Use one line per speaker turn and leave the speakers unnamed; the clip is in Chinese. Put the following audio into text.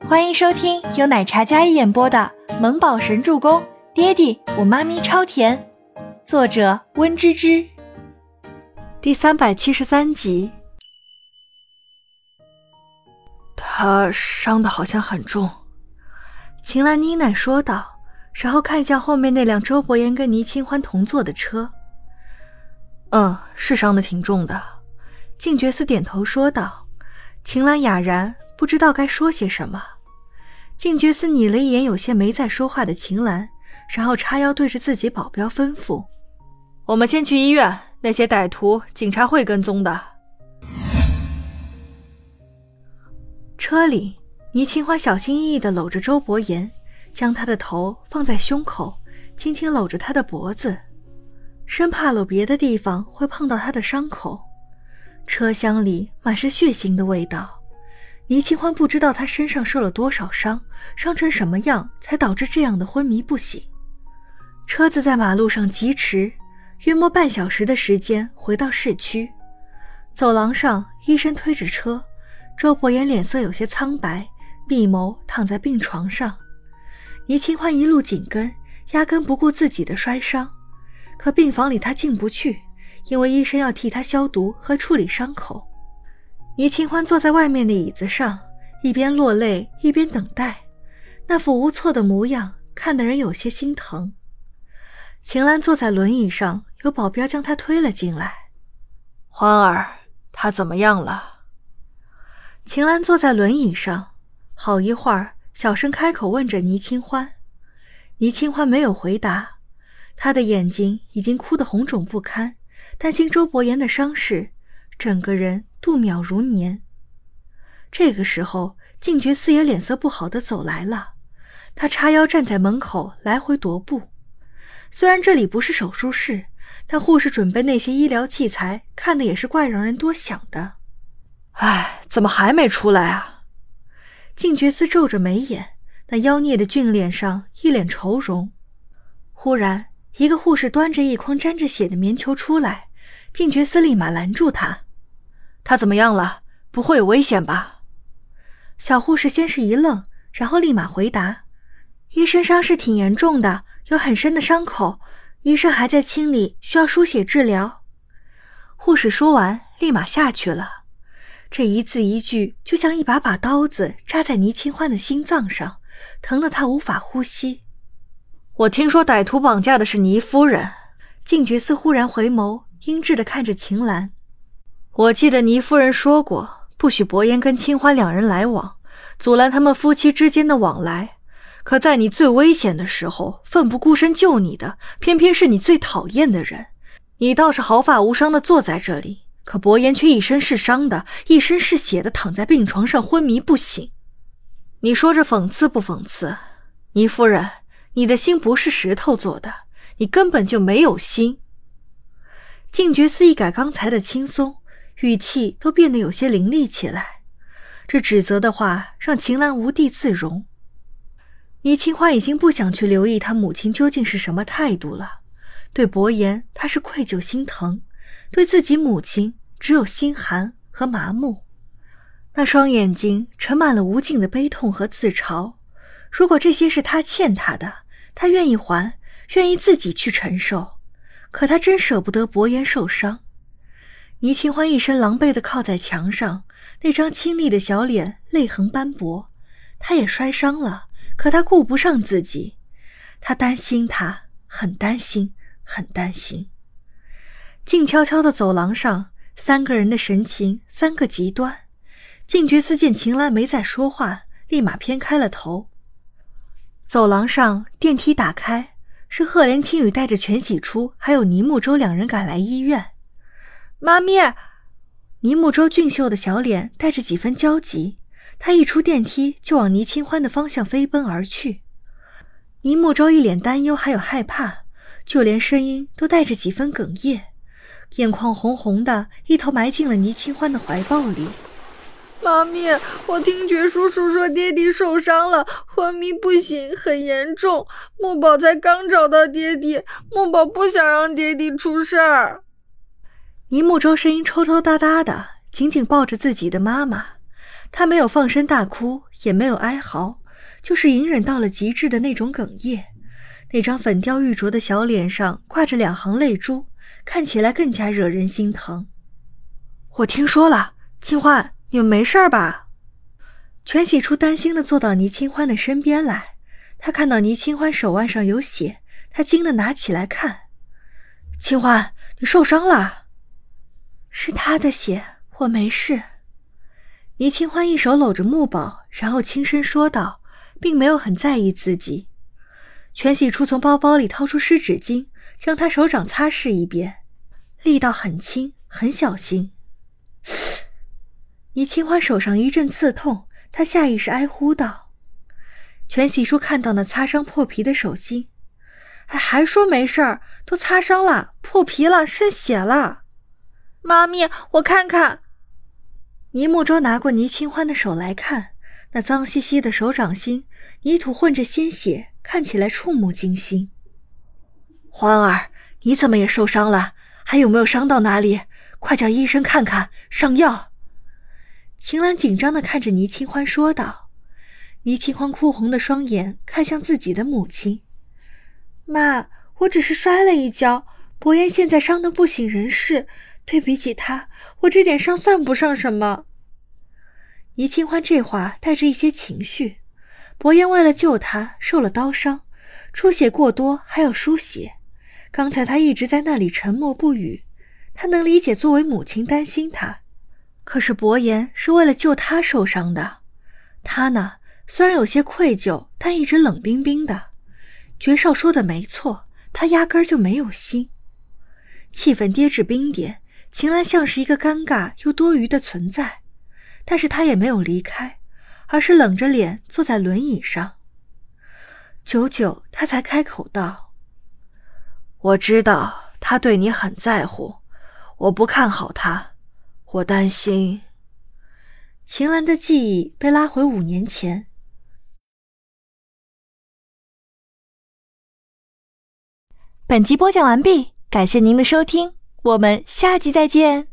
欢迎收听由奶茶嘉一演播的《萌宝神助攻》，爹地我妈咪超甜，作者温芝芝。第373集。
他伤得好像很重，
秦岚呢喃说道，然后看向后面那辆周伯言跟倪清欢同坐的车。
是伤得挺重的。
静觉寺点头说道。秦岚哑然不知道该说些什么。静觉寺睨了一眼有些没在说话的秦岚，然后叉腰对着自己保镖吩咐：
我们先去医院，那些歹徒警察会跟踪的。
车里，倪清欢小心翼翼地搂着周伯言，将他的头放在胸口，轻轻搂着他的脖子，生怕搂别的地方会碰到他的伤口。车厢里满是血腥的味道，倪清欢不知道他身上受了多少伤，伤成什么样才导致这样的昏迷不醒。车子在马路上疾驰，约莫半小时的时间回到市区。走廊上，医生推着车，周伯言脸色有些苍白，闭眸躺在病床上。倪清欢一路紧跟，压根不顾自己的摔伤。可病房里他进不去，因为医生要替他消毒和处理伤口。倪清欢坐在外面的椅子上，一边落泪一边等待，那副无措的模样看得人有些心疼。秦岚坐在轮椅上，有保镖将她推了进来。
欢儿，他怎么样了？
秦岚坐在轮椅上，好一会儿小声开口问着倪清欢。倪清欢没有回答，她的眼睛已经哭得红肿不堪，担心周伯言的伤势，整个人度秒如年。这个时候，静觉寺也脸色不好地走来了，他叉腰站在门口来回踱步。虽然这里不是手术室，但护士准备那些医疗器材看得也是怪让人多想的。
怎么还没出来啊？
静觉寺皱着眉眼，那妖孽的俊脸上一脸愁容。忽然一个护士端着一筐沾着血的棉球出来，静觉寺立马拦住他。
他怎么样了？不会有危险吧？
小护士先是一愣，然后立马回答：医生伤势挺严重的，有很深的伤口，医生还在清理，需要输血治疗。护士说完立马下去了，这一字一句就像一把把刀子扎在倪清欢的心脏上，疼得他无法呼吸。
我听说歹徒绑架的是倪夫人。
静觉寺忽然回眸，阴鸷地看着秦岚。
我记得倪夫人说过，不许伯言跟清欢两人来往，阻拦他们夫妻之间的往来。可在你最危险的时候，奋不顾身救你的，偏偏是你最讨厌的人。你倒是毫发无伤地坐在这里，可伯言却一身是伤的，一身是血的躺在病床上昏迷不醒。你说这讽刺不讽刺？倪夫人，你的心不是石头做的，你根本就没有心。
静觉寺一改刚才的轻松，语气都变得有些凌厉起来。这指责的话让秦岚无地自容。倪清欢已经不想去留意他母亲究竟是什么态度了。对伯言，他是愧疚心疼；对自己母亲，只有心寒和麻木。那双眼睛盛满了无尽的悲痛和自嘲。如果这些是他欠他的，他愿意还，愿意自己去承受。可他真舍不得伯言受伤。倪清欢一身狼狈地靠在墙上，那张清丽的小脸泪痕斑驳。他也摔伤了，可他顾不上自己。他担心他，很担心，很担心。静悄悄的走廊上，三个人的神情三个极端。静觉寺见秦岚没再说话，立马偏开了头。走廊上电梯打开，是赫连青雨带着全喜初还有倪木舟两人赶来医院。
妈咪！
倪木舟俊秀的小脸带着几分焦急，他一出电梯就往倪清欢的方向飞奔而去。倪木舟一脸担忧还有害怕，就连声音都带着几分哽咽，眼眶红红的，一头埋进了倪清欢的怀抱里。
妈咪，我听觉叔叔说爹地受伤了，昏迷不醒，很严重。木宝才刚找到爹地，木宝不想让爹地出事儿。
倪木舟声音抽抽搭搭的，紧紧抱着自己的妈妈。 他没有放声大哭，也没有哀嚎，就是隐忍到了极致的那种哽咽。那张粉雕玉琢的小脸上挂着2行泪珠，看起来更加惹人心疼。我听说了，清欢，你们没事吧？全喜初担心地坐到倪清欢的身边来，他看到倪清欢手腕上有血，他惊地拿起来看。清欢，你受伤了？是他的血，我没事。倪清欢一手搂着木宝，然后轻声说道，并没有很在意自己。全喜初从包包里掏出湿纸巾，将他手掌擦拭一遍，力道很轻，很小心。倪清欢手上一阵刺痛，他下意识哀呼道。全喜初看到那擦伤破皮的手心，还说没事儿，都擦伤了，破皮了，渗血了。
妈咪，我看看。
倪木舟拿过倪清欢的手来看，那脏兮兮的手掌心，泥土混着鲜血，看起来触目惊心。欢儿，你怎么也受伤了？还有没有伤到哪里？快叫医生看看，上药。秦岚紧张地看着倪清欢说道。倪清欢哭红的双眼看向自己的母亲。妈，我只是摔了一跤，伯言现在伤得不省人事，对比起他，我这点伤算不上什么。倪清欢这话带着一些情绪，伯言为了救他受了刀伤，出血过多还要输血，刚才他一直在那里沉默不语，他能理解作为母亲担心他，可是伯言是为了救他受伤的，他呢，虽然有些愧疚，但一直冷冰冰的。爵少说的没错，他压根儿就没有心。气氛跌至冰点，秦岚像是一个尴尬又多余的存在，但是他也没有离开，而是冷着脸坐在轮椅上。久久他才开口道，我知道他对你很在乎，我不看好他，我担心。秦岚的记忆被拉回5年前。
本集播讲完毕，感谢您的收听，我们下集再见。